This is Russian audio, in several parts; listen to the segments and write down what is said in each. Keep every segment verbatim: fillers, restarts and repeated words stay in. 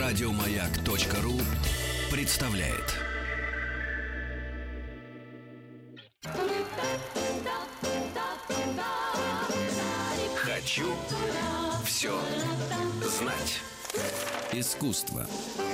Радиомаяк.ру представляет. Хочу все знать. Искусство.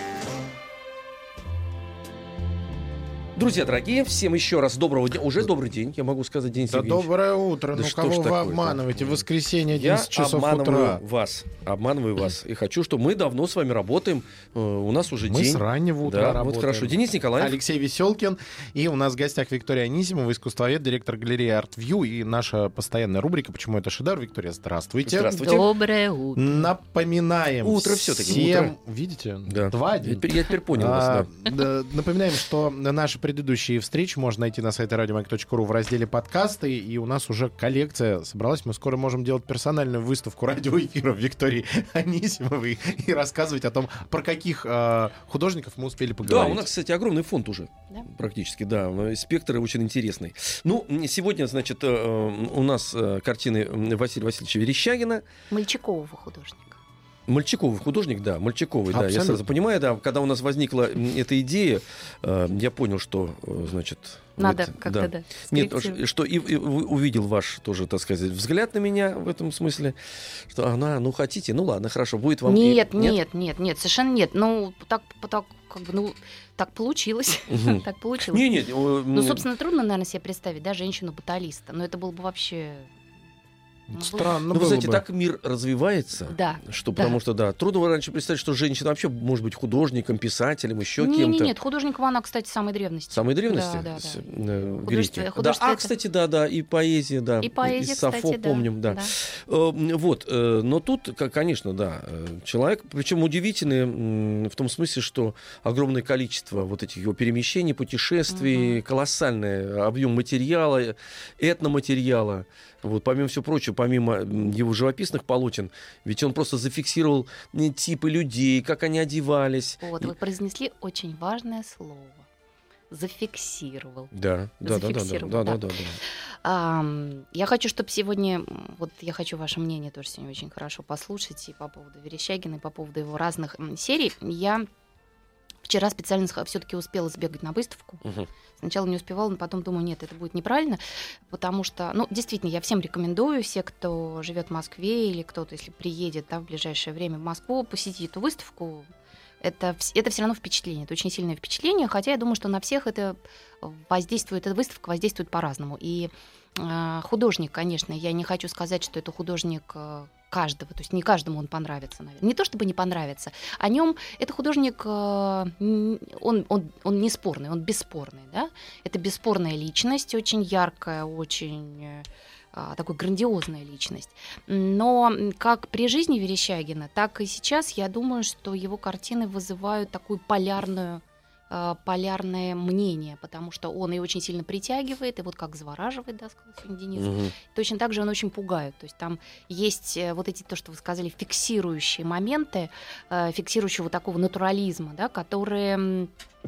Друзья дорогие, всем еще раз доброго дня. Уже добрый день, я могу сказать, Денис Да Евгеньевич. доброе утро. Да ну, что кого ж вы такое-то? обманываете? Воскресенье, Я одиннадцать часов обманываю утра. вас, обманываю вас. И хочу, чтобы мы давно с вами работаем. Э, У нас уже Мы день. с раннего утра Да, работаем. вот хорошо. Денис Николаев. Алексей Веселкин. И у нас в гостях Виктория Анисимова, искусствовед, директор галереи ArtView. И наша постоянная рубрика «Почему это шедевр?». Виктория, здравствуйте. Здравствуйте. Доброе утро. Напоминаем Утро всё-таки, всем... утро. Видите? Да. Два Я дня. теперь, я теперь понял вас, А, да. да, Напоминаем, что наши предыдущие встречи можно найти на сайте радиомаяк точка ру в разделе «Подкасты». И у нас уже коллекция собралась. Мы скоро можем делать персональную выставку радиоэфиров Виктории Анисимовой и рассказывать о том, про каких э, художников мы успели Да, поговорить. у нас, кстати, огромный фонд уже. Да. Практически, да. Спектр очень интересный. Ну, сегодня, значит, э, у нас э, картины Василия Васильевича Верещагина. Мальчикового художника. Мальчиковый художник, да, Мальчиковый, да, я Абсолютно. сразу понимаю, да, когда у нас возникла м, эта идея, э, я понял, что, э, значит... Надо вот, как-то, да, Нет, скорректировать. что и, и у- увидел ваш тоже, так сказать, взгляд на меня в этом смысле, что она, ну, хотите, ну, ладно, хорошо, будет вам... и- Нет, нет, нет, нет, совершенно нет. Ну, так, так, как бы, ну, так получилось. Мгм. Так получилось. Не, нет, э, Ну, м, собственно, трудно, наверное, себе представить, да, женщину-баталиста. Но это было бы вообще... ну, было- Странно ну, вы было знаете, бы. так мир развивается, Да. что, да. потому что, да, трудно раньше представить, что женщина вообще может быть художником, писателем, еще Не, кем-то. не, нет, художником она, кстати, самой древности. Самой древности? Да, да, С- да. э, Художество- греки. Да, художество а, это- кстати, да, да, и поэзия, да. И поэзия, из Сафо, кстати, да. помним, да. Да. Э, Вот, э, но тут, к- конечно, да, э, человек, причем удивительный м, в том смысле, что огромное количество вот этих его перемещений, путешествий, Мгм. колоссальный объем материала, этноматериала. Вот, помимо всего прочего, помимо м, его живописных полотен, ведь он просто зафиксировал м, типы людей, как они одевались. Вот, И- вы произнесли очень важное слово. Зафиксировал. Да, да, да, да, да, Зафиксировал, да, да. да, да, да. Ам, Я хочу, чтобы сегодня, м, вот я хочу ваше мнение тоже сегодня очень хорошо послушать и по поводу Верещагина, и по поводу его разных м, серий. Я вчера специально все-таки успела сбегать на выставку. Мгм. Сначала не успевала, но потом думаю, нет, это будет неправильно, потому что, ну, действительно, я всем рекомендую, все, кто живет в Москве или кто-то, если приедет, да, в ближайшее время в Москву, посетить эту выставку. Это, вс- это все равно впечатление, это очень сильное впечатление, хотя я думаю, что на всех это воздействует, эта выставка воздействует по-разному. И э, художник, конечно, я не хочу сказать, что это художник э, каждого, то есть не каждому он понравится, наверное. Не то чтобы не понравится, о нем это художник, э, н- он, он, он не спорный, он бесспорный, да? Это бесспорная личность, очень яркая, очень э, а, такой грандиозная личность. Но м, как при жизни Верещагина, так и сейчас я думаю, что его картины вызывают такую полярную а, полярное мнение, потому что он и очень сильно притягивает, и вот как завораживает, да, сказал сегодня Денис. Мгм. Точно так же он очень пугает. То есть там есть э, вот эти, то, что вы сказали, фиксирующие моменты, э, фиксирующего такого натурализма, да, которые, м,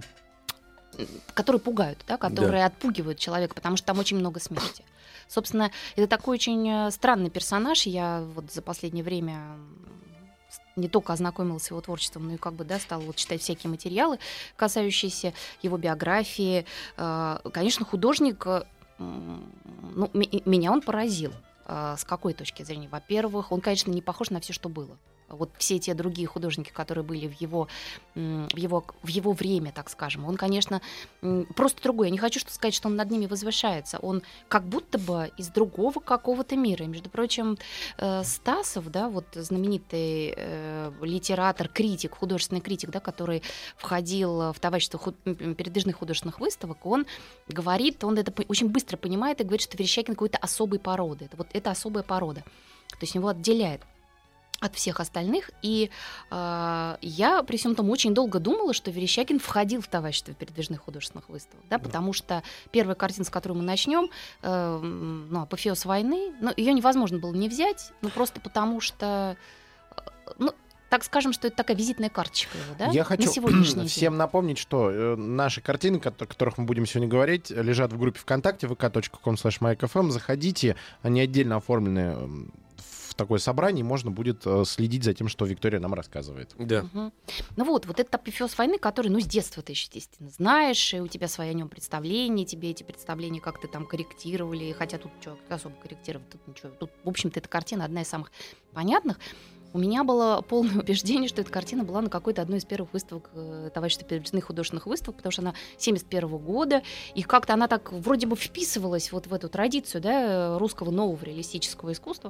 которые пугают, да, которые отпугивают человека, потому что там очень много смерти. Собственно, это такой очень э, странный персонаж. Я вот за последнее время м, с- не только ознакомилась с его творчеством, но и как бы, да, стала вот читать всякие материалы, касающиеся его биографии. Э, Конечно, художник, э, м, ну, ме- меня он поразил. Э, С какой точки зрения? Во-первых, он, конечно, не похож на все, что было. Вот все те другие художники, которые были в его, м, в его, в его время, так скажем, он, конечно, м, просто другой. Я не хочу что сказать, что он над ними возвышается. Он как будто бы из другого какого-то мира. И, между прочим, э, Стасов, да, вот знаменитый э, литератор, критик, художественный критик, да, который входил в товарищество худ- м, передвижных художественных выставок, он говорит, он это по- очень быстро понимает и говорит, что Верещагин какой-то особой породы. Это вот это особая порода. То есть его отделяет от всех остальных. И э, я при всем том очень долго думала, что Верещагин входил в товарищество передвижных художественных выставок, да, Да. потому что первая картина, с которой мы начнем, э, ну, «Апофеоз войны», ну, ее невозможно было не взять, ну, просто потому что, э, ну, так скажем, что это такая визитная карточка его, да? Я хочу на сегодняшний день. всем напомнить, что э, наши картины, ко- о которых мы будем сегодня говорить, лежат в группе ВКонтакте вэ ка точка ком слэш майк эф эм. Заходите, они отдельно оформлены м, в в такое собрание, можно будет э, следить за тем, что Виктория нам рассказывает. Да. Угу. Ну вот, вот этот апофеоз войны, который, ну, с детства ты, естественно, знаешь, и у тебя свои о нем представления, тебе эти представления как-то там корректировали, хотя тут что, особо корректировать, тут ничего. Тут, в общем-то, эта картина одна из самых понятных. У меня было полное убеждение, что эта картина была на какой-то одной из первых выставок э, товарищества передвижных художественных выставок, потому что она семьдесят первого года, и как-то она так вроде бы вписывалась вот в эту традицию, да, русского нового реалистического искусства.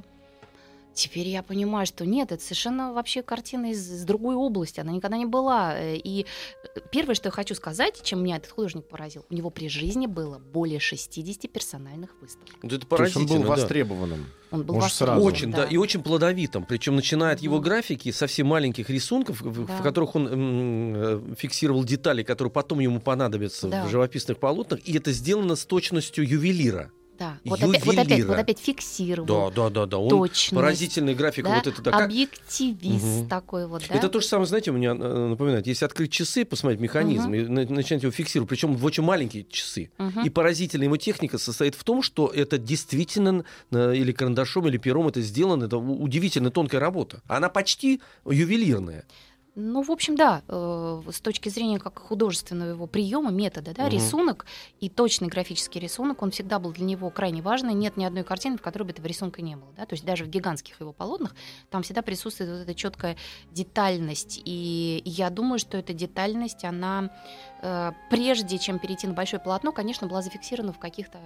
Теперь я понимаю, что нет, это совершенно вообще картина из, из другой области, она никогда не была. И первое, что я хочу сказать, чем меня этот художник поразил, у него при жизни было более шестьдесят персональных выставок. Вот это То есть он поразительно, был да. востребованным. Он был Может, востребован, сразу. Очень, да. и очень плодовитым. Причем начиная от его Мгм. графики, совсем маленьких рисунков, в, Да. в которых он м, э, фиксировал детали, которые потом ему понадобятся Да. в живописных полотнах, и это сделано с точностью ювелира. Да, вот опять, вот, опять, Ювелира. вот опять фиксировал. Да, да, да, да. Он Точность, поразительный график. да, Вот это, да, как- объективист Мгм. такой вот, да? Это то же самое, знаете, у меня э, напоминает, если открыть часы, посмотреть механизм, Мгм. и на- начать его фиксировать, причем в очень маленькие часы. Мгм. И поразительная его техника состоит в том, что это действительно э, или карандашом, или пером это сделано, это у- удивительно тонкая работа. Она почти ювелирная. Ну, в общем, да, э, с точки зрения как художественного его приема, метода, да, Мгм. рисунок и точный графический рисунок, он всегда был для него крайне важный. Нет ни одной картины, в которой бы этого рисунка не было, да, то есть даже в гигантских его полотнах там всегда присутствует вот эта четкая детальность, и я думаю, что эта детальность, она э, прежде чем перейти на большое полотно, конечно, была зафиксирована в каких-то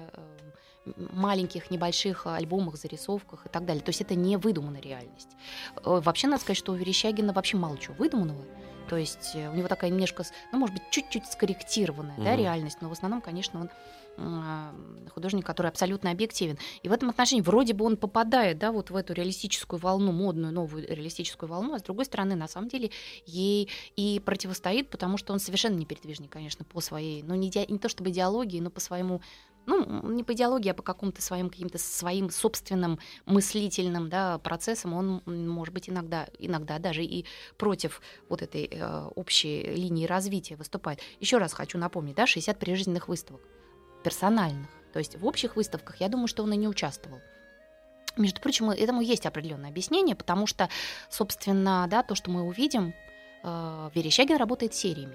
э, маленьких, небольших альбомах, зарисовках и так далее. То есть это не выдуманная реальность. Э, Вообще, надо сказать, что у Верещагина вообще мало чего выдуманного. То есть э, у него такая немножко, с- ну, может быть, чуть-чуть скорректированная, да, Мгм. реальность, но в основном, конечно, он э, художник, который абсолютно объективен. И в этом отношении вроде бы он попадает, да, вот в эту реалистическую волну, модную, новую реалистическую волну, а с другой стороны, на самом деле, ей и противостоит, потому что он совершенно не передвижник, конечно, по своей, ну, не, иде- не то чтобы идеологии, но по своему, ну, не по идеологии, а по какому-то своим, каким-то своим собственным мыслительным, да, процессам, он, м, может быть, иногда, иногда даже и против вот этой э, общей линии развития выступает. Еще раз хочу напомнить, да, шестьдесят прижизненных выставок, персональных. То есть в общих выставках, я думаю, что он и не участвовал. Между прочим, этому есть определенное объяснение, потому что, собственно, да, то, что мы увидим, э, Верещагин работает сериями.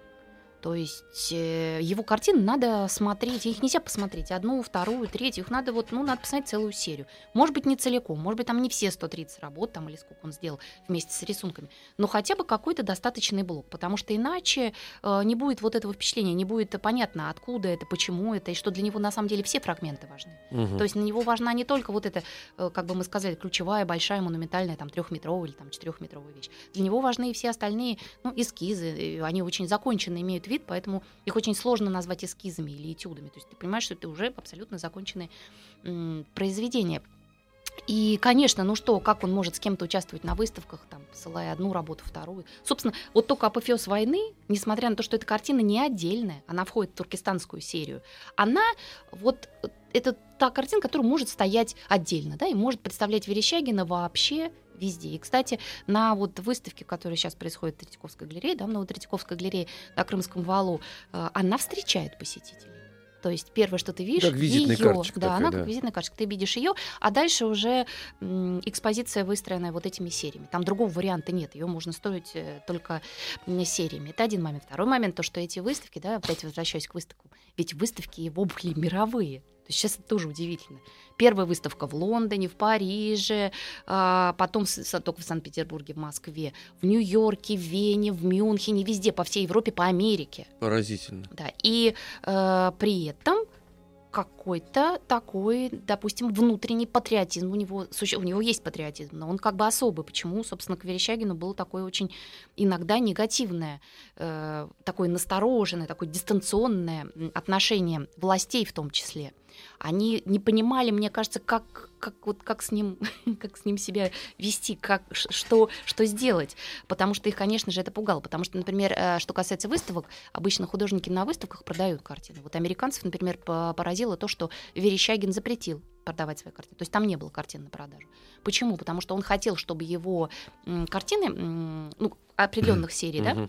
То есть э, его картины надо смотреть, их нельзя посмотреть одну, вторую, третью, их надо вот, ну, надо посмотреть целую серию. Может быть, не целиком, может быть, там не все сто тридцать работ, там, или сколько он сделал вместе с рисунками, но хотя бы какой-то достаточный блок, потому что иначе э, не будет вот этого впечатления, не будет понятно, откуда это, почему это, и что для него на самом деле все фрагменты важны. Мгм. То есть на него важна не только вот эта, э, как бы мы сказали, ключевая, большая, монументальная, там, трехметровая или там четырехметровая вещь. Для него важны и все остальные, ну, эскизы, и они очень законченные, имеют вид, поэтому их очень сложно назвать эскизами или этюдами. То есть ты понимаешь, что это уже абсолютно законченные м, произведения. И, конечно, ну что, как он может с кем-то участвовать на выставках, там, посылая одну работу, вторую. Собственно, вот только апофеоз войны, несмотря на то, что эта картина не отдельная, она входит в туркестанскую серию, она вот, э, это та картина, которая может стоять отдельно, да, и может представлять Верещагина вообще везде. И, кстати, на вот выставке, которая сейчас происходит в Третьяковской галерее, да, в Ново-Третьяковской галерее на Крымском валу, э, она встречает посетителей. То есть первое, что ты видишь, Как визитная её, карточка да, такая, она да. как визитная карточка, ты видишь ее, а дальше уже м, экспозиция, выстроенная вот этими сериями. Там другого варианта нет, ее можно строить э, только м, сериями. Это один момент. Второй момент, то, что эти выставки, да, опять возвращаюсь к выставкам, ведь выставки его были мировые. То есть сейчас это тоже удивительно. Первая выставка в Лондоне, в Париже, а, потом с- с- только в Санкт-Петербурге, в Москве, в Нью-Йорке, в Вене, в Мюнхене, везде, по всей Европе, по Америке. Поразительно. Да, и э, при этом какой-то такой, допустим, внутренний патриотизм у него, суще- у него есть патриотизм, но он как бы особый. Почему, собственно, к Верещагину было такое очень иногда негативное, э, такое настороженное, такое дистанционное м, отношение властей в том числе. Они не понимали, мне кажется, как, как, вот, как, с, ним, как с ним себя вести, как, ш- что, что сделать. Потому что их, конечно же, это пугало. Потому что, например, э, что касается выставок, обычно художники на выставках продают картины. Вот американцев, например, по- поразило то, что Верещагин запретил продавать свои картины. То есть там не было картин на продажу. Почему? Потому что он хотел, чтобы его м, картины, м, ну, определенных серий, да, Мгм.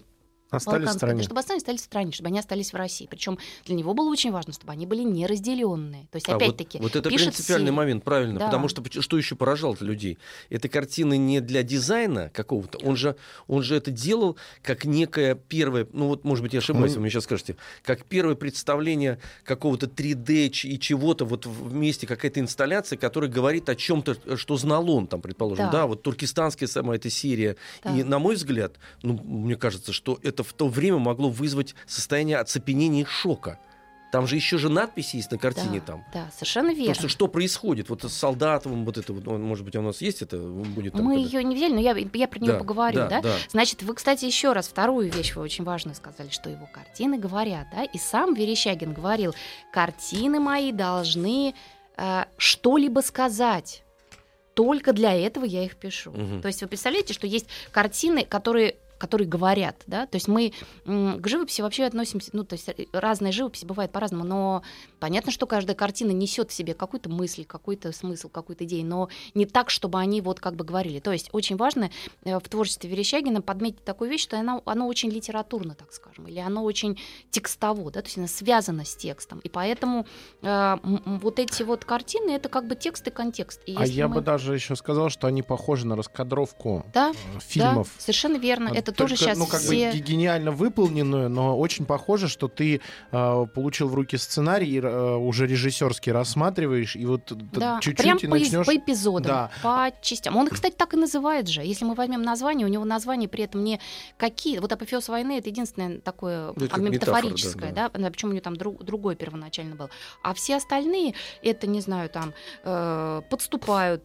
Остались в стране. Чтобы остались, остались в стране, чтобы они остались в России. Причем для него было очень важно, чтобы они были неразделенные. То есть, а опять-таки, вот, вот это пишет принципиальный серию. момент, правильно. Да. Потому что что еще поражало людей? Эта картина не для дизайна какого-то. Он же, он же это делал как некое первое, ну вот, может быть, я ошибаюсь, вы мне сейчас скажете, как первое представление какого-то три дэ и чего-то вот вместе, какая-то инсталляция, которая говорит о чем-то, что знал он, там, предположим. Да, Да, вот туркестанская сама эта серия. Да. И, на мой взгляд, ну, мне кажется, что это в то время могло вызвать состояние оцепенения и шока. Там же еще же надписи есть на картине да, там. Да, совершенно верно. То, что, что происходит вот с Солдатовым, вот это вот, он, может быть, у нас есть это будет там. Мы когда... ее не взяли, но я, я про нее да, поговорю, да, да? да? Значит, вы, кстати, еще раз вторую вещь вы очень важную сказали, что его картины говорят, да? И сам Верещагин говорил: картины мои должны э, что-либо сказать. Только для этого я их пишу. Угу. То есть вы представляете, что есть картины, которые которые говорят, да, то есть мы м, к живописи вообще относимся, ну, то есть разная живопись бывает по-разному, но понятно, что каждая картина несет в себе какую-то мысль, какой-то смысл, какую-то идею, но не так, чтобы они вот как бы говорили. То есть очень важно э, в творчестве Верещагина подметить такую вещь, что оно, оно очень литературно, так скажем, или оно очень текстово, да, то есть оно связано с текстом, и поэтому э, м, вот эти вот картины — это как бы текст и контекст. И а я мы... бы даже еще сказал, что они похожи на раскадровку да, фильмов. Да, совершенно верно. Это Только, тоже сейчас ну, как все... бы гениально выполненную, но очень похоже, что ты э, получил в руки сценарий, э, уже режиссерский рассматриваешь, и вот да, чуть-чуть прям и по, начнешь... по эпизодам, да. по частям. Он, кстати, так и называет же. Если мы возьмем название, у него название при этом не какие... Вот «Апофеоз войны» — это единственное такое это метафорическое, метафора, да, да. Причем у него там друг, другой первоначально был. А все остальные, это, не знаю, там, э, подступают,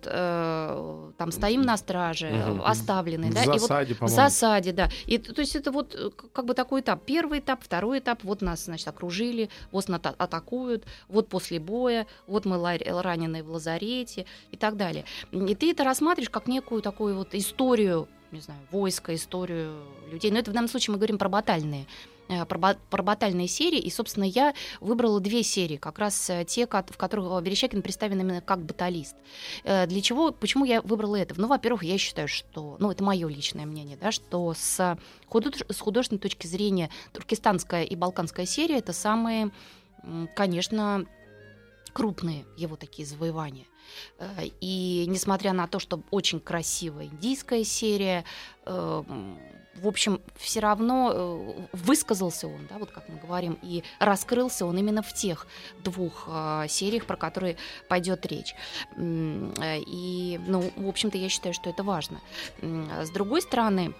э, там, стоим на страже, угу. оставленные, В да. засаде, и вот, по-моему. В засаде, да. И, то есть это вот как бы такой этап. Первый этап, второй этап. Вот нас, значит, окружили, вот нас атакуют, вот после боя, вот мы раненые в лазарете и так далее. И ты это рассматриваешь как некую такую вот историю, не знаю, войска, историю людей. Но это в данном случае мы говорим про батальные. Про, про батальные серии, и, собственно, я выбрала две серии, как раз те, в которых Верещагин представлен именно как баталист. Для чего, почему я выбрала это? Ну, во-первых, я считаю, что, ну, это мое личное мнение, да, что с, худож... с художественной точки зрения туркестанская и балканская серия — это самые, конечно, крупные его такие завоевания. И несмотря на то, что очень красивая индийская серия, в общем, все равно высказался он, да, вот как мы говорим, и раскрылся он именно в тех двух э, сериях, про которые пойдет речь. И, ну, в общем-то, я считаю, что это важно. С другой стороны,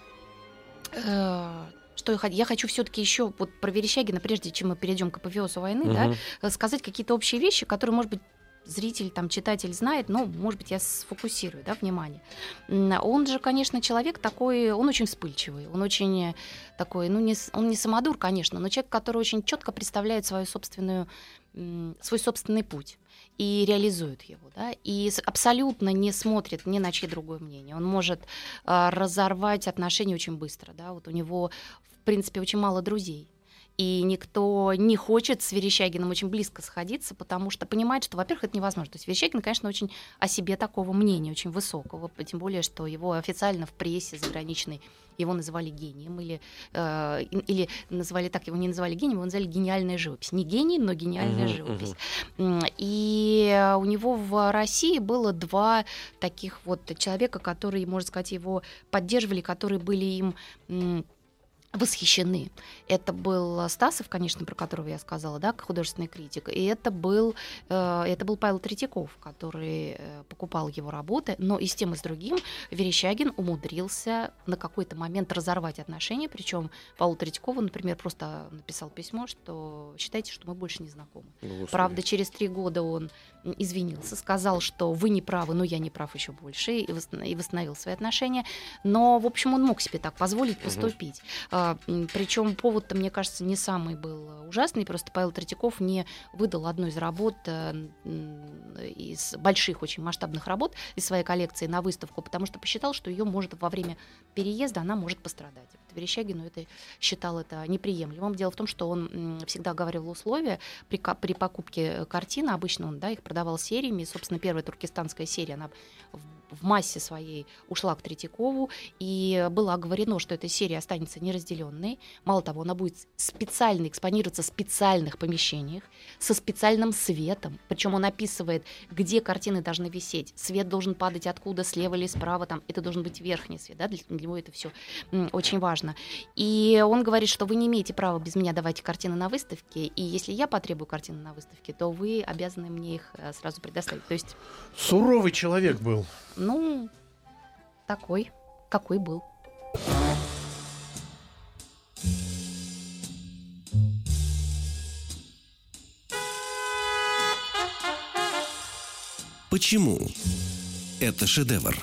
э, что я, я хочу все-таки еще вот про Верещагина, прежде чем мы перейдем к «Апофеозу войны», угу. да, сказать какие-то общие вещи, которые, может быть, зритель, там, читатель знает, но, может быть, я сфокусирую, да, внимание. Он же, конечно, человек такой, он очень вспыльчивый, он очень такой, ну, не, он не самодур, конечно, но человек, который очень четко представляет свою собственную, свой собственный путь и реализует его, да, и абсолютно не смотрит ни на чье другое мнение. Он может а, разорвать отношения очень быстро, да, вот у него, в принципе, очень мало друзей. И никто не хочет с Верещагиным очень близко сходиться, потому что понимает, что, во-первых, это невозможно. То есть Верещагин, конечно, очень о себе такого мнения, очень высокого, тем более, что его официально в прессе заграничной его называли гением, или, э, или называли так, его не называли гением, его называли гениальная живопись. Не гений, но гениальная uh-huh, живопись. Uh-huh. И у него в России было два таких вот человека, которые, можно сказать, его поддерживали, которые были им... восхищены. Это был Стасов, конечно, про которого я сказала, да, художественный критик, и это был, э, это был Павел Третьяков, который э, покупал его работы, но и с тем, и с другим Верещагин умудрился на какой-то момент разорвать отношения, причем Павлу Третьякову, например, просто написал письмо, что считайте, что мы больше не знакомы. Господи. Правда, через три года он извинился, сказал, что вы не правы, но я не прав еще больше, и восстановил свои отношения, но, в общем, он мог себе так позволить поступить. Угу. Причем повод-то, мне кажется, не самый был ужасный. Просто Павел Третьяков не выдал одну из работ, из больших, очень масштабных работ из своей коллекции на выставку, потому что посчитал, что ее может во время переезда она может пострадать. Верещагину это считал это неприемлемым. Дело в том, что он всегда оговаривал условия при, при покупке картины. Обычно он, да, их продавал сериями. И, собственно, первая туркестанская серия, она в массе своей ушла к Третьякову, и было оговорено, что эта серия останется неразделенной. Мало того, она будет специально экспонироваться в специальных помещениях, со специальным светом. Причем он описывает, где картины должны висеть. Свет должен падать откуда, слева или справа. Там, это должен быть верхний свет. Да? Для, для него это все очень важно. И он говорит, что вы не имеете права без меня давать картины на выставке, и если я потребую картины на выставке, то вы обязаны мне их сразу предоставить. То есть... Суровый человек был. Ну, такой, какой был. Почему это шедевр?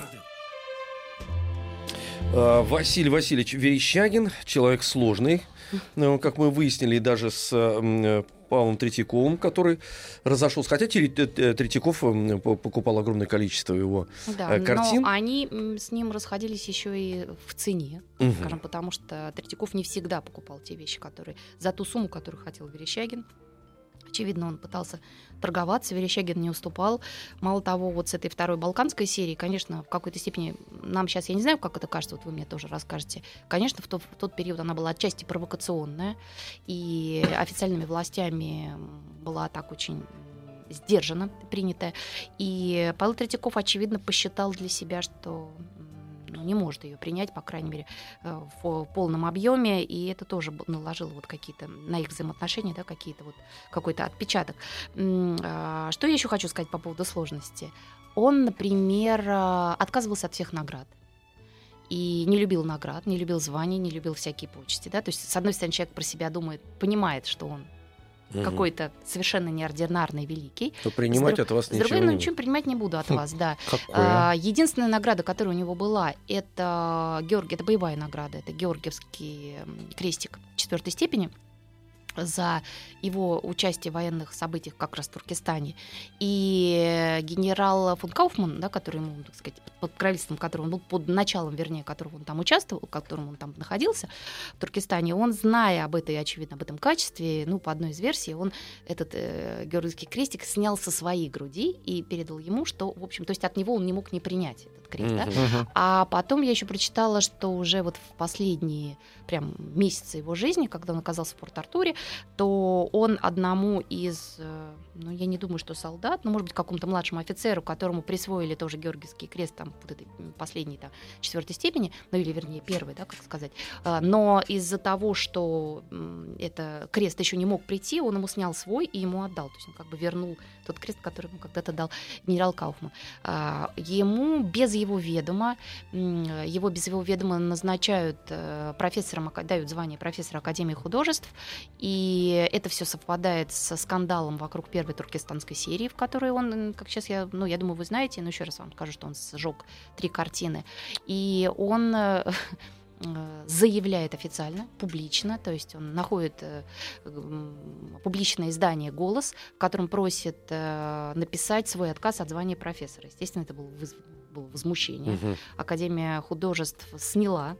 Василий Васильевич Верещагин, человек сложный, как мы выяснили, даже с Павлом Третьяковым, который разошелся. Хотя Третьяков покупал огромное количество его да, картин. Но они с ним расходились еще и в цене, угу. скажем, потому что Третьяков не всегда покупал те вещи, которые за ту сумму, которую хотел Верещагин. Очевидно, он пытался торговаться, Верещагин не уступал. Мало того, вот с этой второй балканской серии, конечно, в какой-то степени, нам сейчас, я не знаю, как это кажется, вот вы мне тоже расскажете, конечно, в тот, в тот период она была отчасти провокационная, и официальными властями была так очень сдержанно принятая. И Павел Третьяков, очевидно, посчитал для себя, что... не может ее принять, по крайней мере, в полном объеме, и это тоже наложило вот какие-то на их взаимоотношения, да, какие-то вот какой-то отпечаток. Что я еще хочу сказать по поводу сложности? Он, например, отказывался от всех наград. И не любил наград, не любил званий, не любил всякие почести. Да? То есть, с одной стороны, человек про себя думает, понимает, что он угу. какой-то совершенно неординарный, великий. То принимать друг... от вас с ничего другой, не ну, будет. ничего принимать не буду от вас, да. Какое? Единственная награда, которая у него была, это Георгий, это боевая награда, это Георгиевский крестик четвертой степени за его участие в военных событиях как раз в Туркестане. И генерал фон Кауфман, да, который ему, так сказать, под правительством которого он был, под началом, вернее, которого он там участвовал, которым он там находился в Туркестане, он, зная об этой, очевидно, об этом качестве, ну, по одной из версий, он этот э, Георгиевский крестик снял со своей груди и передал ему, что, в общем, то есть от него он не мог не принять этот крест, да? Uh-huh. А потом я еще прочитала, что уже вот в последние прям месяцы его жизни, когда он оказался в Порт-Артуре, то он одному из, ну, я не думаю, что солдат, но, может быть, какому-то младшему офицеру, которому присвоили тоже Георгиевский крест, там, вот этой последней, там, четвертой степени, ну, или, вернее, первой, да, как сказать, но из-за того, что это крест еще не мог прийти, он ему снял свой и ему отдал, то есть он как бы вернул тот крест, который ему когда-то дал генерал Кауфман. Ему без его ведома, его без его ведома назначают профессором, дают звание профессора Академии художеств, и это все совпадает со скандалом вокруг первой туркестанской серии, в которой он, как сейчас я, ну, я думаю, вы знаете, но еще раз вам скажу, что он сжег три картины, и он заявляет официально, публично, то есть он находит э, публичное издание «Голос», в котором просит э, написать свой отказ от звания профессора. Естественно, это было, выз... было возмущение. Угу. Академия художеств сняла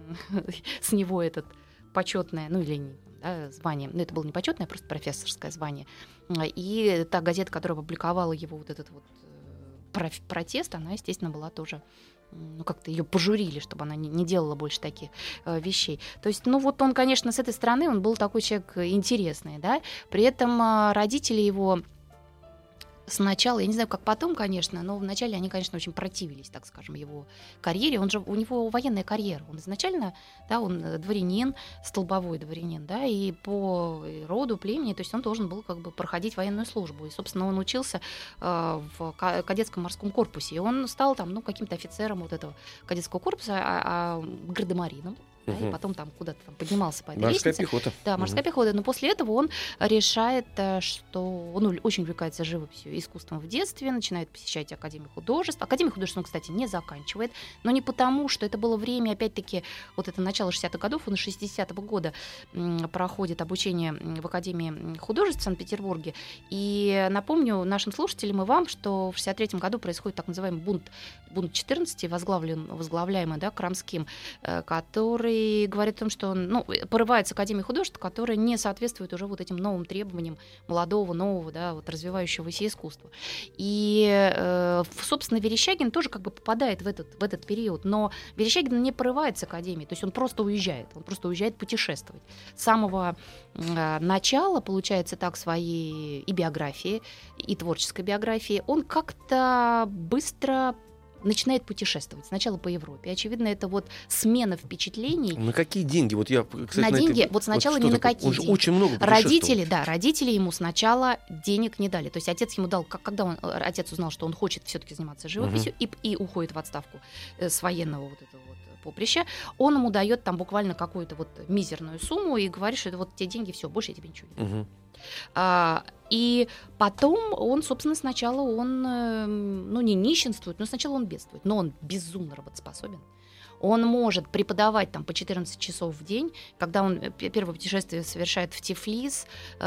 с него этот почетное, ну или не, да, звание, ну это было не почетное, а просто профессорское звание. И та газета, которая опубликовала его вот этот вот протест, она, естественно, была тоже, ну, как-то ее пожурили, чтобы она не, не делала больше таких э, вещей. То есть, ну, вот он, конечно, с этой стороны, он был такой человек интересный, да, при этом э, родители его сначала, я не знаю, как потом, конечно, но вначале они, конечно, очень противились, так скажем, его карьере. Он же, у него военная карьера. Он изначально, да, он дворянин, столбовой дворянин, да, и по роду, племени, то есть он должен был как бы проходить военную службу. И, собственно, он учился э, в кадетском морском корпусе. И он стал там, ну, каким-то офицером вот этого кадетского корпуса, а, а гардемарином. Да, угу. И потом там куда-то там поднимался по этой морская лестнице. Пехота. Да, морская угу. пехота. Но после этого он решает, что он очень увлекается живописью и искусством в детстве, начинает посещать Академию художеств. Академию художеств он, кстати, не заканчивает, но не потому, что это было время, опять-таки, вот это начало шестидесятых годов, он с шестидесятого года проходит обучение в Академии художеств в Санкт-Петербурге. И напомню нашим слушателям и вам, что в шестьдесят третьем году происходит так называемый бунт, бунт четырнадцати, возглавлен, возглавляемый, да, Крамским, который который говорит о том, что он, ну, порывается Академия художеств, которая не соответствует уже вот этим новым требованиям молодого, нового, да, вот развивающегося искусства. И, э, собственно, Верещагин тоже как бы попадает в этот, в этот период, но Верещагин не порывается Академии, то есть он просто уезжает, он просто уезжает путешествовать. С самого э, начала, получается так, своей и биографии, и творческой биографии, он как-то быстро начинает путешествовать. Сначала по Европе. Очевидно, это вот смена впечатлений. На какие деньги? Вот я, кстати, на на деньги, это... вот сначала вот не на такое? какие Он же деньги. очень много путешествовал. Родители, да, родители ему сначала денег не дали. То есть отец ему дал, как, когда он, отец узнал, что он хочет все-таки заниматься живописью, угу. и, и уходит в отставку с военного вот этого вот поприща, он ему дает там буквально какую-то вот мизерную сумму и говорит, что это вот те деньги, все, больше я тебе ничего не дам. Угу. А, и потом он, собственно, сначала он, ну, не нищенствует, но сначала он бедствует, но он безумно работоспособен. Он может преподавать там по четырнадцать часов в день. Когда он первое путешествие совершает в Тифлис,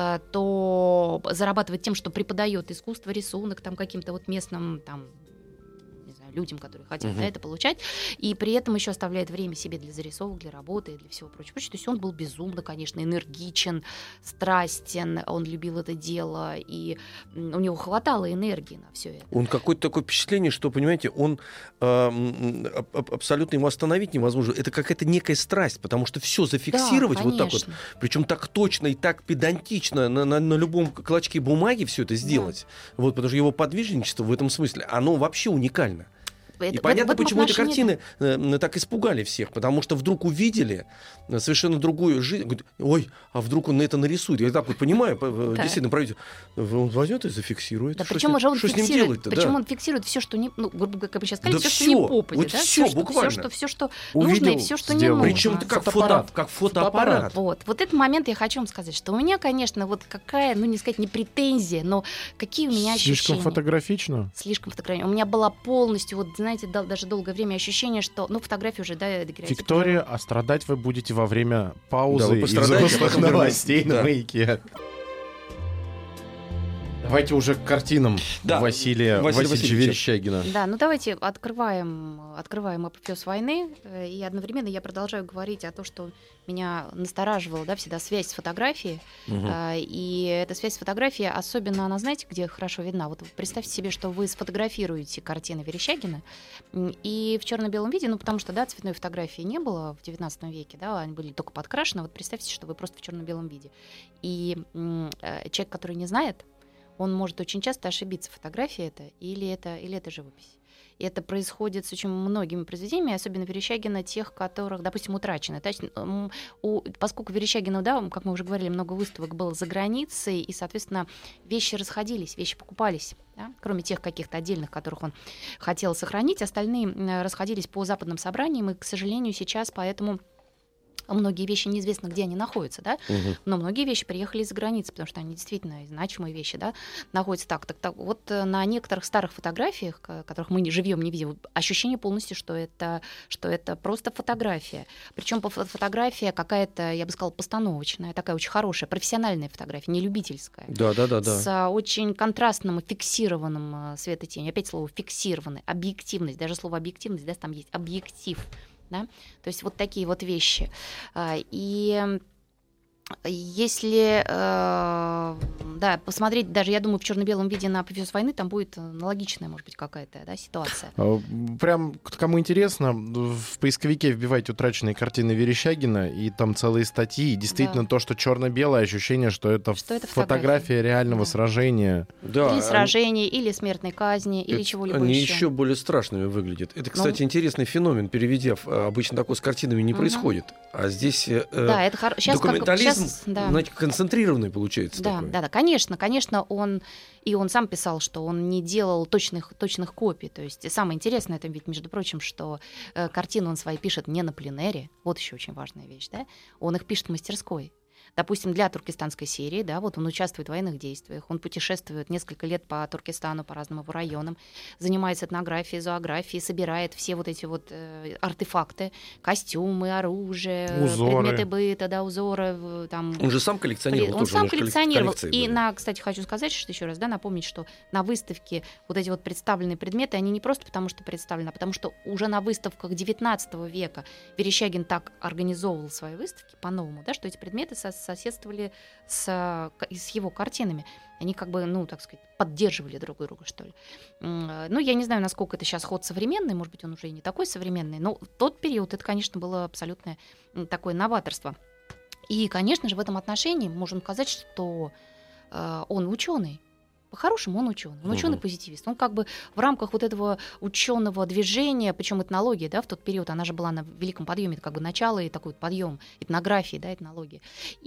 то зарабатывает тем, что преподает искусство, рисунок там каким-то вот местным там людям, которые хотят uh-huh. да, это получать, и при этом еще оставляет время себе для зарисовок, для работы и для всего прочего. То есть он был безумно, конечно, энергичен, страстен, он любил это дело, и у него хватало энергии на все это. Он какое-то такое впечатление, что, понимаете, он э, абсолютно ему остановить невозможно. Это какая-то некая страсть, потому что все зафиксировать да, вот так вот, причем так точно и так педантично на, на, на любом клочке бумаги все это сделать. Да. Вот, потому что его подвижничество в этом смысле, оно вообще уникально. Это, и понятно, почему эти картины э, так испугали всех, потому что вдруг увидели совершенно другую жизнь. Говорят, ой, а вдруг он это нарисует? Я так вот понимаю, да. действительно, правитель, он возьмет и зафиксирует. Да, причем что, он что фиксирует, с ним делать-то? Причем да. он фиксирует все, что не, ну, грубо говоря, как бы сейчас сказали, да все, что не попадет, вот да? все, все, буквально. Все, что, все, что Увидел, нужно и все, что сделал. не нужно. Причем как фотоаппарат. Как фотоаппарат. Вот. вот этот момент я хочу вам сказать, что у меня, конечно, вот какая, ну не сказать не претензия, но какие у меня ощущения. Слишком фотографично? Слишком фотографично. У меня было полностью, вот знаете, даже долгое время ощущение, что, ну, фотографии уже, да, Виктория, а страдать вы будете во время паузы да, и взрослых новостей на Маяке. Давайте уже к картинам да. Василия Васильевича Верещагина. Да, ну давайте открываем, открываем «Апофеоз войны», и одновременно я продолжаю говорить о том, что меня настораживала, да, всегда связь с фотографией, угу. и эта связь с фотографией, особенно она, знаете, где хорошо видна. Вот представьте себе, что вы сфотографируете картины Верещагина, и в черно-белом виде, ну потому что, да, цветной фотографии не было в девятнадцатом веке, да, они были только подкрашены. Вот представьте, что вы просто в черно-белом виде. И м- человек, который не знает, он может очень часто ошибиться, фотография это или это, или это живопись. И это происходит с очень многими произведениями, особенно Верещагина, тех, которых, допустим, утрачены. То есть, у, поскольку Верещагина, да, как мы уже говорили, много выставок было за границей, и, соответственно, вещи расходились, вещи покупались. Да? Кроме тех каких-то отдельных, которых он хотел сохранить, остальные расходились по западным собраниям, и, к сожалению, сейчас поэтому... Многие вещи неизвестно, где они находятся, да, угу. но многие вещи приехали из-за границы, потому что они действительно значимые вещи, да, находятся так. Так, так. Вот на некоторых старых фотографиях, которых мы не живем, не видим, ощущение полностью, что это, что это просто фотография. Причем фотография какая-то, я бы сказала, постановочная, такая очень хорошая, профессиональная фотография, не любительская. Да, да, да, да. С очень контрастным и фиксированным светотенью. Опять слово фиксированный, объективность, даже слово объективность, да, там есть объектив. Да? То есть вот такие вот вещи. И если э, да, посмотреть, даже, я думаю, в черно-белом виде на «Апофеоз войны», там будет аналогичная, может быть, какая-то да, ситуация. Прям, кому интересно, в поисковике вбивайте «Утраченные картины Верещагина», и там целые статьи. И действительно, да. то, что черно-белое, ощущение, что это, что это фотография, фотография реального да. сражения. Да. Или сражения, или смертной казни, или это, чего-либо они еще. Они еще более страшными выглядят. Это, кстати, ну, интересный феномен. Переведя, обычно такое с картинами не угу. происходит. А здесь э, да, это хор... сейчас документализм, как... сейчас, да. знаете, концентрированный получается. Да, такой. да, да, конечно, конечно, он и он сам писал, что он не делал точных, точных копий. То есть самое интересное это ведь, между прочим, что э, картины он свои пишет не на пленэре. Вот еще очень важная вещь, да? Он их пишет в мастерской. допустим, для туркестанской серии, да, вот он участвует в военных действиях, он путешествует несколько лет по Туркестану, по разным его районам, занимается этнографией, зоографией, собирает все вот эти вот э, артефакты, костюмы, оружие, узоры. предметы быта, да, узоры. Там, Он же сам коллекционировал. он тоже, сам у него коллекционировал. коллекции И, были. на, кстати, хочу сказать, что еще раз, да, напомнить, что на выставке вот эти вот представленные предметы, они не просто потому, что представлены, а потому что уже на выставках девятнадцатого века Верещагин так организовывал свои выставки по-новому, да, что эти предметы со- соседствовали с, с его картинами. Они как бы, ну, так сказать, поддерживали друг друга, что ли. Ну, я не знаю, насколько это сейчас ход современный, может быть, он уже и не такой современный, но в тот период это, конечно, было абсолютное такое новаторство. И, конечно же, в этом отношении можем сказать, что э, он ученый. По-хорошему он ученый, он ученый-позитивист. Он как бы в рамках вот этого ученого движения, причем этнология, да, в тот период, она же была на великом подъеме, это как бы начало и такой подъем этнографии, да, этнологии.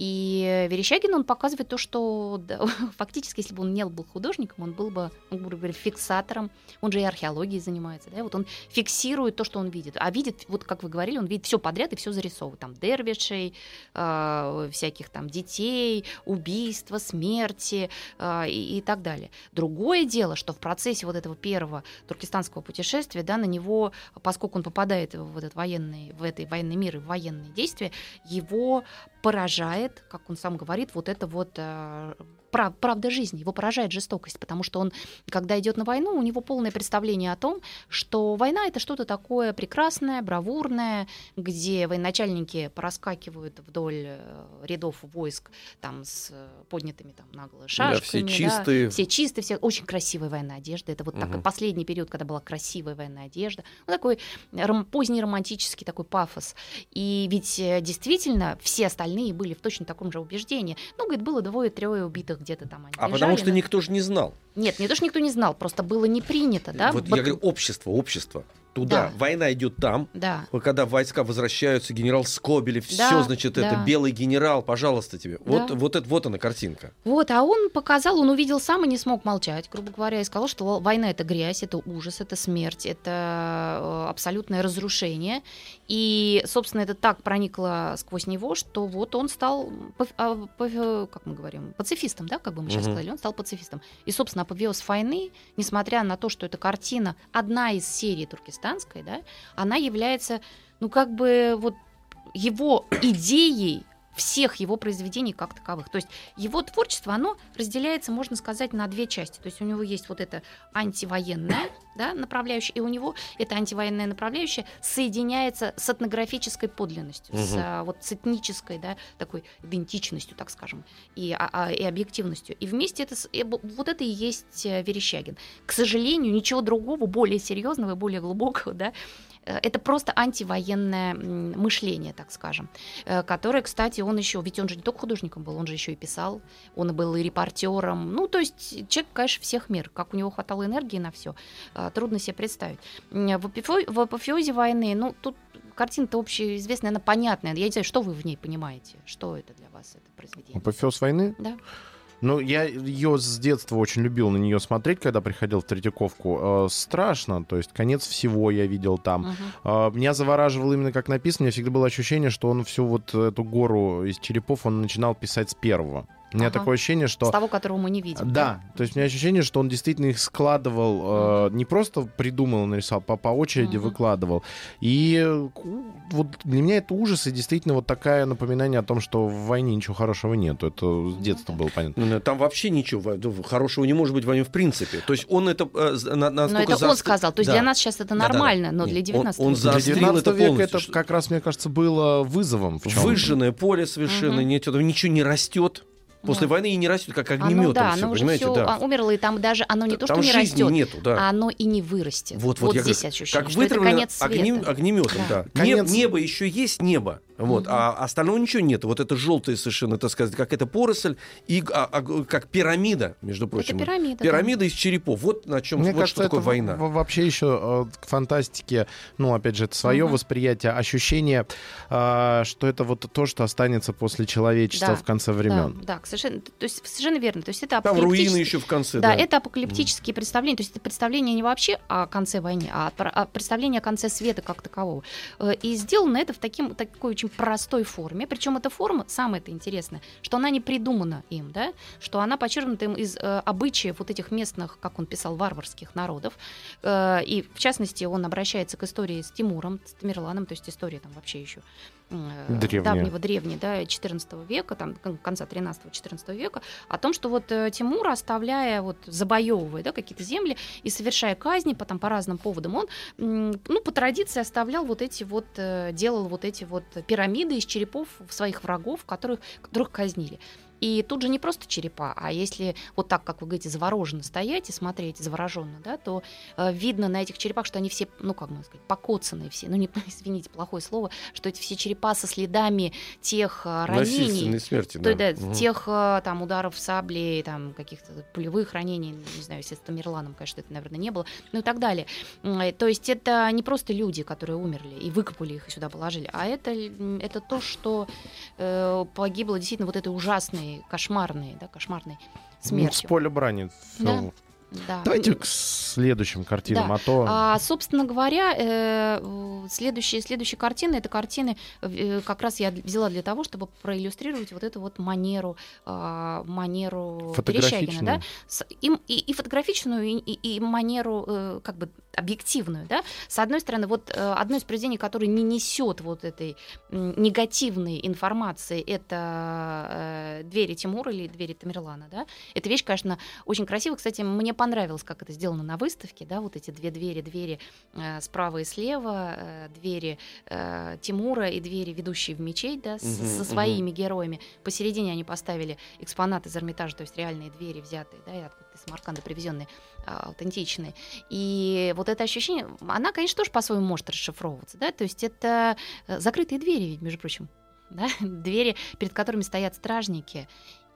И Верещагин, он показывает то, что да, фактически, если бы он не был художником, он был бы, он, грубо говоря, фиксатором, он же и археологией занимается, да, вот он фиксирует то, что он видит. А видит, вот как вы говорили, он видит все подряд и все зарисовывает. Там дервишей, э, всяких там детей, убийства, смерти э, и, и так далее. Другое дело, что в процессе вот этого первого туркестанского путешествия, да, на него, поскольку он попадает в этот военный, в этот военный мир и в военные действия, его поражает, как он сам говорит, вот это вот э, прав, правда жизни, его поражает жестокость, потому что он, когда идет на войну, у него полное представление о том, что война — это что-то такое прекрасное, бравурное, где военачальники пораскакивают вдоль э, рядов войск там с поднятыми там нагло шашками, да, все чистые, да, все чистые, все очень красивая военная одежда. Это вот угу. так, последний период, когда была красивая военная одежда, ну, такой ром, поздний романтический такой пафос. И ведь действительно все остальные были в точно таком же убеждении. Ну, говорит, было двое-трое убитых где-то там. Они а лежали, потому что но... никто же не знал. Нет, не то, что никто не знал, просто было не принято, да? Вот Бак... я говорю, общество, общество. Туда. Да. Война идет там. Да. Когда войска возвращаются, генерал Скобелев, Да, все, значит, да. это белый генерал, пожалуйста тебе. Да. Вот, вот, это, вот она картинка. Вот, а он показал, он увидел сам и не смог молчать, грубо говоря, и сказал, что война — это грязь, это ужас, это смерть, это абсолютное разрушение. И, собственно, это так проникло сквозь него, что вот он стал, как мы говорим, пацифистом, да, как бы мы сейчас Угу. сказали, он стал пацифистом. И, собственно, апофеоз войны, несмотря на то, что эта картина одна из серий туркестанской, да, она является, ну, как бы вот его идеей всех его произведений как таковых. То есть его творчество, оно разделяется, можно сказать, на две части. То есть у него есть вот это антивоенное, да, направляющее, и у него это антивоенное направляющее соединяется с этнографической подлинностью, Угу. с, а, вот, с этнической, да, такой идентичностью, так скажем, и, а, а, и объективностью. И вместе это, и, вот это и есть Верещагин. К сожалению, ничего другого, более серьезного и более глубокого, да, это просто антивоенное мышление, так скажем, которое, кстати, он еще, ведь он же не только художником был, он же еще и писал, он был и репортером, ну, то есть человек, конечно, всех мер, как у него хватало энергии на все, трудно себе представить. В апофеозе войны, ну, тут картина-то общеизвестная, она понятная, я не знаю, что вы в ней понимаете, что это для вас, это произведение? Апофеоз войны? Да. Ну, я ее с детства очень любил на нее смотреть, когда приходил в Третьяковку. Э, страшно, то есть конец всего я видел там. Uh-huh. Э, меня завораживало именно как написано. У меня всегда было ощущение, что он всю вот эту гору из черепов он начинал писать с первого. У меня Ага. такое ощущение, что... С того, которого мы не видим. Да, то есть у меня ощущение, что он действительно их складывал, э, не просто придумал, нарисовал, по, по очереди Мгм. выкладывал. И э, вот для меня это ужас и действительно вот такое напоминание о том, что в войне ничего хорошего нету. Это с детства было понятно. Ну, там вообще ничего во- хорошего не может быть в войне в принципе. То есть он это э, на- Но настолько... это он заст- сказал, то есть Да. для нас сейчас это Да-да-да. нормально, но Нет, для он- девятнадцатого он века. за- Для Заострил девятнадцатого это века полностью, это что- как раз, мне кажется, было вызовом. В чём-то. Выжженное поле совершенно, Мгм. нет, этого ничего не растет. После Вот. войны и не растет, как Оно, огнеметом да, все, оно уже понимаете? всё, Да. а, умерло, и там даже оно не то, Там что не жизни растет, нету, да. а оно и не вырастет. Вот, вот, я здесь говорю, ощущение, как что это вытравлено конец света. огнем- огнеметом, да. Да. Не- Конец- Небо еще есть небо, вот, Мгм. а остального ничего нет. Вот это желтое совершенно, так сказать, как это поросль, и а, а, как пирамида, между прочим. Это пирамида. да. Пирамида из черепов. Вот на чем, Мне вот кажется, что такое это война. в- вообще еще э, к фантастике, ну, опять же, это свое Мгм. восприятие, ощущение, э, что это вот то, что останется после человечества Да, в конце Да, времен. да, совершенно, то есть совершенно верно. То есть это Там руины апокалиптические- еще в конце. Да, Да, это апокалиптические представления. То есть это представление не вообще о конце войны, а про- о представление о конце света как такового. Э, И сделано это в таким, такой очень очень простой форме. Причем эта форма, самое это интересное, что она не придумана им, да, что она почерпнута им из э, обычаев вот этих местных, как он писал, варварских народов. Э, и, в частности, он обращается к истории с Тимуром, с Тамерланом, то есть история там вообще еще Древняя. давнего, древней, да, четырнадцатого века, там, конца тринадцатого-четырнадцатого века, о том, что вот э, Тимур, оставляя, вот, завоевывая, да, какие-то земли и совершая казни потом по разным поводам, он, м, ну, по традиции оставлял вот эти вот, э, делал вот эти вот пирамиды из черепов своих врагов, которых, которых казнили. И тут же не просто черепа, а если вот так, как вы говорите, завороженно стоять и смотреть, завороженно, да, то э, видно на этих черепах, что они все, ну, как можно сказать, покоцанные все. Ну, не, извините, плохое слово, что эти все черепа со следами тех э, ранений. Насильственной смерти, то, да. да Угу. тех э, там ударов саблей, там, каких-то пулевых ранений, не знаю, если с Тамерланом, конечно, это, наверное, не было, ну и так далее. Э, то есть это не просто люди, которые умерли и выкопали их и сюда положили, а это, это то, что э, погибло действительно вот этой ужасной, кошмарные, да, кошмарной смертью. С поля брани. Да. Всё. Да. Давайте к следующим картинам, Да. а то... А, собственно говоря, э, следующие, следующие картины, это картины э, как раз я взяла для того, чтобы проиллюстрировать вот эту вот манеру, э, манеру Верещагина, да, С, и, и, и фотографичную, и, и, и манеру э, как бы объективную, да. С одной стороны, вот э, одно из произведений, которое не несет вот этой э, негативной информации, это э, «Двери Тимура» или «Двери Тамерлана», да. Эта вещь, конечно, очень красивая. Кстати, мне понравилось, как это сделано на выставке, да, вот эти две двери, двери э, справа и слева, э, двери э, Тимура и двери, ведущие в мечеть, да, с, Мгм, со своими героями. Посередине они поставили экспонат из Эрмитажа, то есть реальные двери, взятые, да, и откуда-то из Самарканда привезенные, э, аутентичные. И вот это ощущение, она, конечно, тоже по-своему может расшифровываться, да, то есть это закрытые двери, ведь, между прочим, да, двери, перед которыми стоят стражники.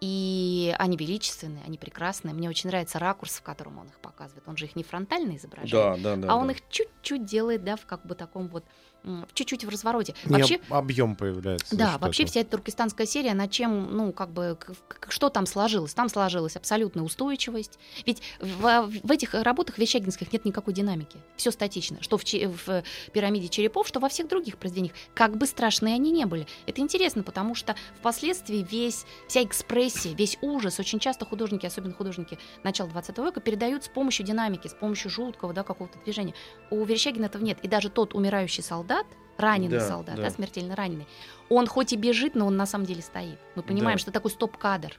И они величественные, они прекрасные. Мне очень нравится ракурс, в котором он их показывает. Он же их не фронтально изображает, Да, да, да. а он да. их чуть-чуть делает, да, в как бы таком вот, м, чуть-чуть в развороте. Не Вообще, объем появляется. да, что-то. вообще вся эта туркестанская серия, она чем, ну, как бы, к- к- что там сложилось? Там сложилась абсолютная устойчивость. Ведь в, в этих работах верещагинских нет никакой динамики. Все статично. Что в, че- в «Пирамиде черепов», что во всех других произведениях. Как бы страшные они не были. Это интересно, потому что впоследствии весь, вся экспрессия, весь ужас, очень часто художники, особенно художники начала двадцатого века, передают с помощью динамики, с помощью жуткого, да, какого-то движения. У Верещагина этого нет. И даже тот умирающий солдат, раненый Да, солдат, да. да, смертельно раненый, он хоть и бежит, но он на самом деле стоит. Мы понимаем, Да. что такой стоп-кадр.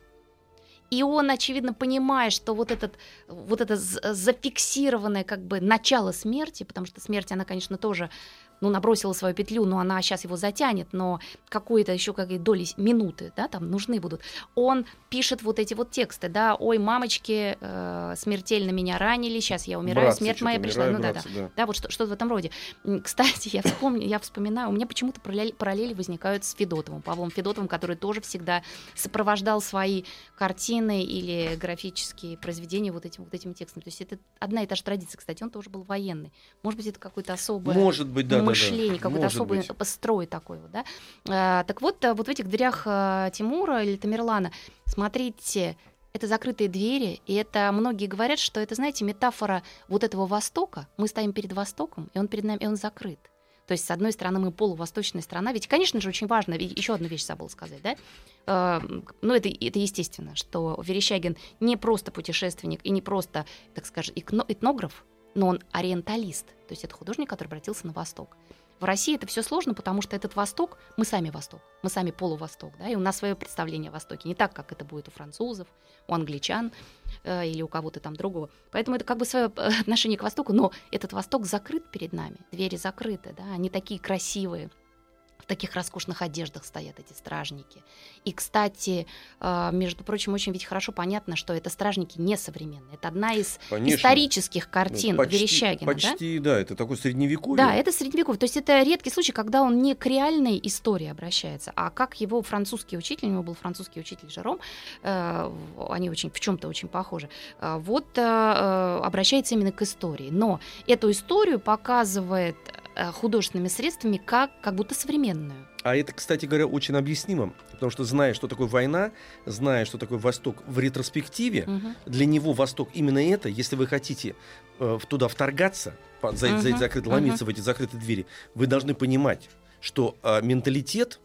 И он, очевидно, понимает, что вот, этот, вот это з- зафиксированное как бы начало смерти, потому что смерть, она, конечно, тоже, ну, набросила свою петлю, но она сейчас его затянет, но какой-то еще какие доли минуты, да, там нужны будут. Он пишет вот эти вот тексты, да, ой, мамочки, э, смертельно меня ранили, сейчас я умираю, Братцы, смерть чё-то моя пришла. умираю, Ну да, братцы, да. да. Да, вот что, что-то в этом роде. М, Кстати, я вспомню, я вспоминаю, у меня почему-то параллели, параллели возникают с Федотовым, Павлом Федотовым, который тоже всегда сопровождал свои картины или графические произведения вот этим вот этими текстами. То есть это одна и та же традиция. Кстати, он тоже был военный. Может быть, это какое-то особое Может быть, да, да, да. мышление, какой-то Может особый быть. строй такой вот, да. А, так вот, а, вот в этих дверях а, Тимура или Тамерлана, смотрите, это закрытые двери, и это многие говорят, что это, знаете, метафора вот этого Востока. Мы стоим перед Востоком, и он перед нами, и он закрыт. То есть, с одной стороны, мы полувосточная страна. Ведь, конечно же, очень важно, еще одну вещь забыла сказать, да? Э, ну, это, это естественно, что Верещагин не просто путешественник и не просто, так скажем, этно- этнограф, но он ориенталист. То есть это художник, который обратился на Восток. В России это все сложно, потому что этот Восток, мы сами Восток, мы сами полувосток, да, и у нас свое представление о Востоке, не так, как это будет у французов, у англичан э, или у кого-то там другого. Поэтому это как бы свое отношение к Востоку, но этот Восток закрыт перед нами, двери закрыты, да, они такие красивые. В таких роскошных одеждах стоят эти стражники. И, кстати, э, между прочим, очень ведь хорошо понятно, что это стражники несовременные. Это одна из Конечно. исторических картин Ну, почти, Верещагина. Да? Почти, да? это такое средневековье. Да, это средневековье. То есть это редкий случай, когда он не к реальной истории обращается, а как его французский учитель, у него был французский учитель Жером, э, они очень, в чем-то очень похожи, э, вот э, э, обращается именно к истории. Но эту историю показывает э, художественными средствами как, как будто современную. А это, кстати говоря, очень объяснимо, потому что, зная, что такое война, зная, что такое Восток в ретроспективе, Мгм. для него Восток именно это. Если вы хотите э, в- туда вторгаться, по- за, за эти Мгм, закрытые, мгм. ломиться в эти закрытые двери, вы должны понимать, что э, менталитет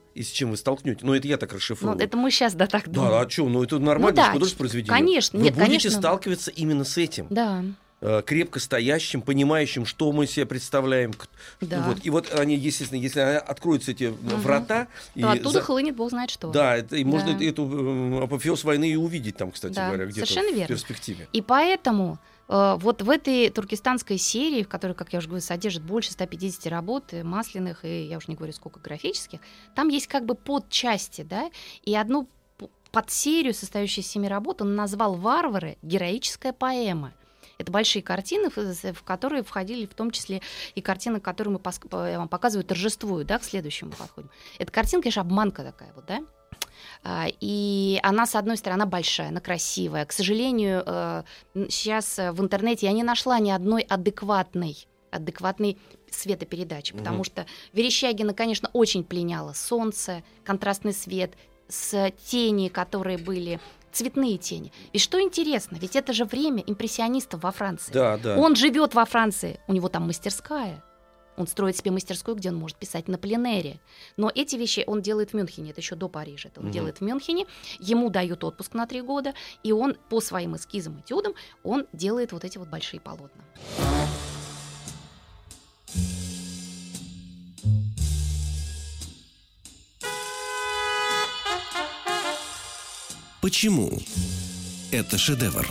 и с чем вы столкнетесь. Ну, это я так расшифровываю. Ну, это мы сейчас, да, так думаем. Да, а что? Ну, это нормально, Ну, да, художественное произведение. конечно, Вы нет, будете конечно. сталкиваться именно с этим. Да. Э, крепко стоящим, понимающим, что мы себе представляем. К- Да. Вот. И вот они, естественно, если откроются эти врата... и То оттуда за- хлынет бог знает что. Да, это, и можно Да. эту э, апофеоз войны и увидеть там, кстати Да, говоря, где-то совершенно в верно. перспективе. И поэтому э, вот в этой туркестанской серии, в которой, как я уже говорю, содержит больше ста пятидесяти работ, э, масляных, и я уже не говорю, сколько графических, там есть как бы подчасти, да, и одну п- подсерию, состоящую из семи работ, он назвал «Варвары. Героическая поэма». Это большие картины, в в которые входили в том числе и картины, которые мы пос- я вам показываю, торжествуют, да, к следующему подходим. Эта картина, конечно, обманка такая вот, да. А, И она, с одной стороны, она большая, она красивая. К сожалению, э, н- сейчас э, в интернете я не нашла ни одной адекватной, адекватной светопередачи, потому Мгм. что Верещагина, конечно, очень пленяло солнце, контрастный свет, с тени, которые были, цветные тени. И что интересно, ведь это же время импрессионистов во Франции. Да, да. Он живет во Франции, у него там мастерская. Он строит себе мастерскую, где он может писать на пленэре. Но эти вещи он делает в Мюнхене, это еще до Парижа. Это он Мгм. делает в Мюнхене, ему дают отпуск на три года, и он по своим эскизам, этюдам, он делает вот эти вот большие полотна. Почему это шедевр?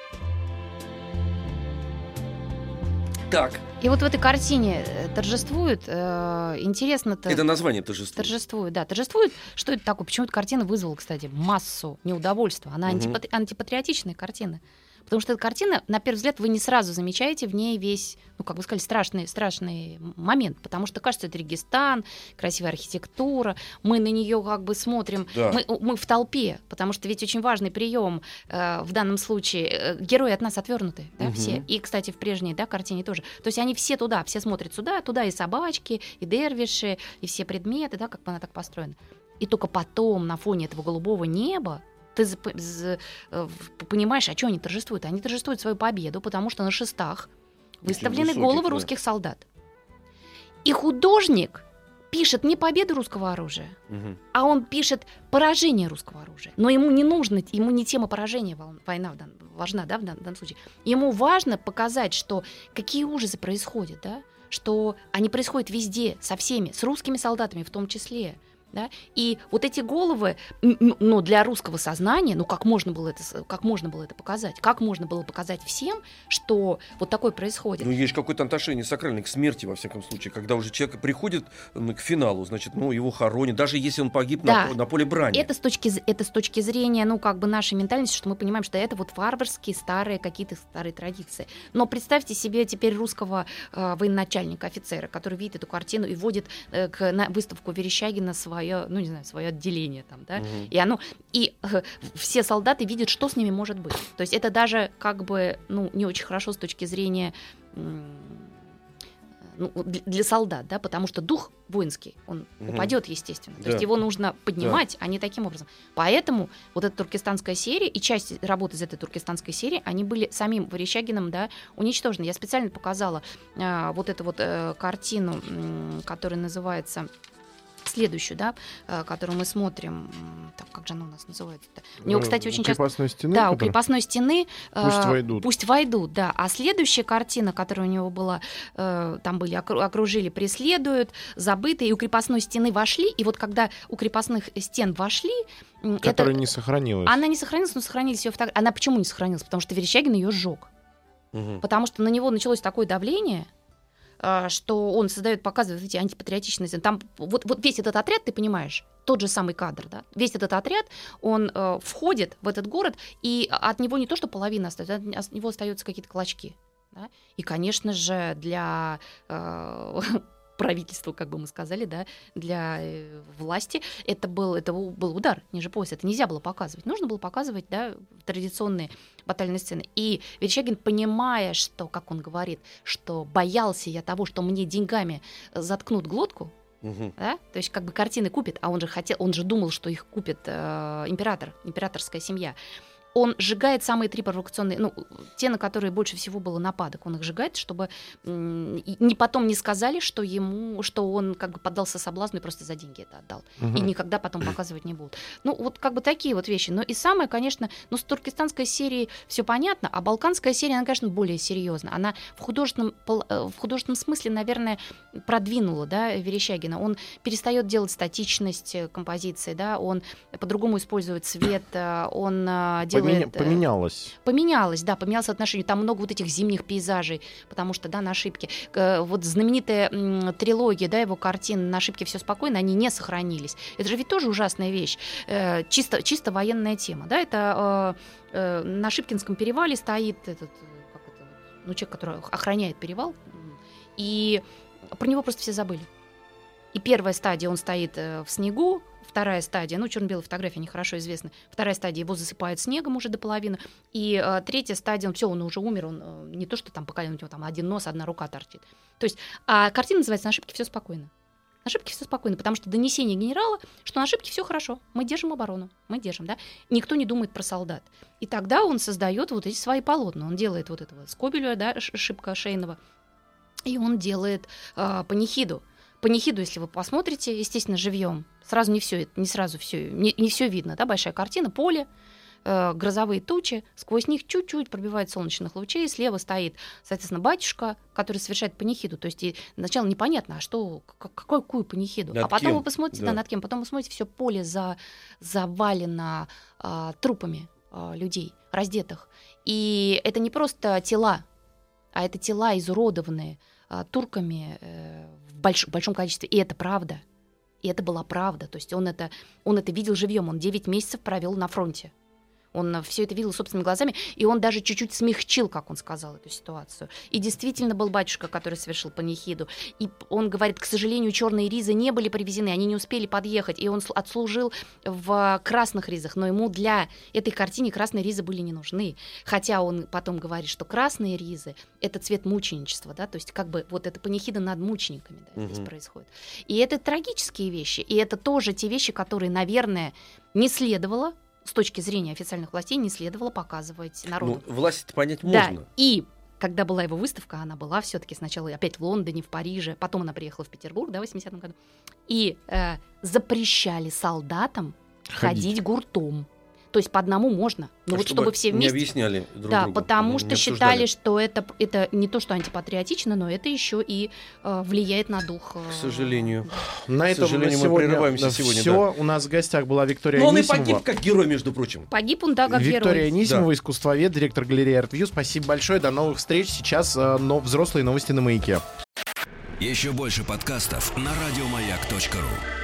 Так, И вот в этой картине э, торжествует, э, интересно-то... это название торжествует. Торжествует, да, торжествует. Что это такое? Почему эта картина вызвала, кстати, массу неудовольствия? Она Мгм. антипатри- антипатриотичная картина. Потому что эта картина, на первый взгляд, вы не сразу замечаете в ней весь, ну, как вы сказали, страшный, страшный момент. Потому что, кажется, это Регистан, красивая архитектура. Мы на нее как бы смотрим. Да. Мы, мы в толпе, потому что ведь очень важный прием э, в данном случае. Э, герои от нас отвернуты, да, Мгм. все. И, кстати, в прежней, да, картине тоже. То есть они все туда, все смотрят сюда, туда и собачки, и дервиши, и все предметы, да, как бы она так построена. И только потом на фоне этого голубого неба ты зап- з- э, в- понимаешь, а что они торжествуют? Они торжествуют свою победу, потому что на шестах выставлены высоких, головы да. русских солдат. И художник пишет не победу русского оружия, Мгм. а он пишет поражение русского оружия. Но ему не нужно, ему не тема поражения вол- война в дан- важна, да, в дан- в данном случае. Ему важно показать, что какие ужасы происходят, да, что они происходят везде, со всеми, с русскими солдатами в том числе. Да? И вот эти головы, м, м, ну, для русского сознания, ну, как можно было это, с- как можно было это показать? Как можно было показать всем, что вот такое происходит? Ну, есть какое-то отношение сакральное к смерти, во всяком случае, когда уже человек приходит м, к финалу, значит, ну, его хоронят, даже если он погиб Да. на, по- на поле брани. Это с, точки, з- это с точки зрения, ну, как бы нашей ментальности, что мы понимаем, что это вот варварские старые какие-то старые традиции. Но представьте себе теперь русского э, военачальника, офицера, который видит эту картину и вводит э, к, на выставку Верещагина свое, ну, не знаю, свое отделение там, да, Мгм. и оно, и э, все солдаты видят, что с ними может быть. То есть это даже как бы, ну, не очень хорошо с точки зрения м, ну, для, для солдат, да, потому что дух воинский, он Мгм. упадет, естественно. То Да. есть его нужно поднимать, а не таким образом. Поэтому вот эта туркестанская серия и часть работ из этой туркестанской серии, они были самим Верещагиным, да, уничтожены. Я специально показала а, вот эту вот э, картину, м, которая называется следующую, да, э, которую мы смотрим. М, Так, как же она у нас называется-то? У него, кстати, очень у часто... крепостной стены. Да, у которая- крепостной стены. э, Пусть войдут. Пусть войдут, да. А следующая картина, которая у него была, э, там были окру- окружили, преследуют, забыты, и у крепостной стены вошли. И вот когда у крепостных стен вошли, м, Которая это- не сохранилась. она не сохранилась, но сохранились ее фотографии. Она почему не сохранилась? Потому что Верещагин ее сжег. Мгм. Потому что на него началось такое давление, а, что он создает, показывает эти антипатриотичные... Там вот, вот весь этот отряд, ты понимаешь, тот же самый кадр, да, весь этот отряд, он э, входит в этот город, и от него не то, что половина остается, от от него остаются какие-то клочки. Да? И, конечно же, для э, правительства, как бы мы сказали, да, для э, власти, это был, это у- был удар ниже пояса. Это нельзя было показывать. Нужно было показывать, да, традиционные батальные сцены. И Верещагин, понимая, что, как он говорит, что боялся я того, что мне деньгами заткнут глотку, Мгм. да? То есть как бы картины купит, а он же хотел, он же думал, что их купит э, император, императорская семья. он сжигает самые три провокационные, ну, те, на которые больше всего было нападок, он их сжигает, чтобы м, не потом не сказали, что ему, что он как бы поддался соблазну и просто за деньги это отдал. Мгм. И никогда потом показывать не будут. Ну, вот как бы такие вот вещи. Но и самое, конечно, ну, с туркестанской серией все понятно, а балканская серия, она, конечно, более серьезна. Она в художественном, пол- э, в художественном смысле, наверное, продвинула, да, Верещагина. Он перестает делать статичность э, композиции, да, он по-другому использует цвет, э, он э, делает... Поменя- э, Поменялось. Поменялось, да, поменялось отношение. Там много вот этих зимних пейзажей, потому что, да, на ошибки. Э, Вот знаменитая м, трилогия, да, его картин «На ошибке все спокойно», они не сохранились. Это же ведь тоже ужасная вещь. Э, Чисто, чисто военная тема, да, это э, э, на Шипкинском перевале стоит этот, э, как это, ну, человек, который охраняет перевал, м, и про него просто все забыли. И первая стадия, он стоит э, в снегу, вторая стадия, ну, черно-белые фотографии, они хорошо известны, вторая стадия, его засыпают снегом уже до половины, и э, третья стадия, он все, он уже умер, он э, не то, что там по колену, у него там один нос, одна рука торчит. То есть, а картина называется «На ошибке все спокойно». На ошибке все спокойно, потому что донесение генерала, что на ошибке все хорошо, мы держим оборону, мы держим, да, никто не думает про солдат. И тогда он создает вот эти свои полотна, он делает вот этого Скобелева, да, ошибка Шейнова, и он делает э, панихиду. Панихиду, если вы посмотрите, естественно, живьем, сразу не все, не сразу все, не, не все видно, да, большая картина, поле, э, грозовые тучи, сквозь них чуть-чуть пробивает солнечных лучей, слева стоит, соответственно, батюшка, который совершает панихиду, то есть и сначала непонятно, а что, как, какую, какую панихиду, Над а потом кем? вы посмотрите, Да. да, над кем, потом вы смотрите, все поле за, завалено э, трупами э, людей, раздетых, и это не просто тела, а это тела изуродованные а, турками э, в больш- большом количестве. И это правда. И это была правда. То есть он это, он это видел живьем. Он девять месяцев провел на фронте. Он все это видел собственными глазами, и он даже чуть-чуть смягчил, как он сказал, эту ситуацию. И действительно был батюшка, который совершил панихиду. И он говорит, к сожалению, черные ризы не были привезены, они не успели подъехать, и он сл- отслужил в красных ризах, но ему для этой картины красные ризы были не нужны. Хотя он потом говорит, что красные ризы — это цвет мученичества, да, то есть как бы вот эта панихида над мучениками, да, здесь Мгм. происходит. И это трагические вещи, и это тоже те вещи, которые, наверное, не следовало с точки зрения официальных властей не следовало показывать народу. Ну, власть понять Да, можно. и когда была его выставка, она была все-таки сначала опять в Лондоне, в Париже, потом она приехала в Петербург, да, в восьмидесятом году, и э, запрещали солдатам Ходить. ходить гуртом. То есть по одному можно, но А вот чтобы все не вместе... объясняли друг Да, другу, потому не что обсуждали. считали, что это, это не то, что антипатриотично, но это еще и э, влияет на дух. э, К сожалению. На К этом сожалению, мы сегодня, прерываемся сегодня, Все. У нас в гостях была Виктория Но он и Анисимова. погиб как герой, между прочим. Погиб он, да, как Виктория герой. Анисимова, Да. искусствовед, директор галереи ArtView. Спасибо большое. До новых встреч. Сейчас э, но взрослые новости на Маяке. Еще больше подкастов на радиомаяк точка ру.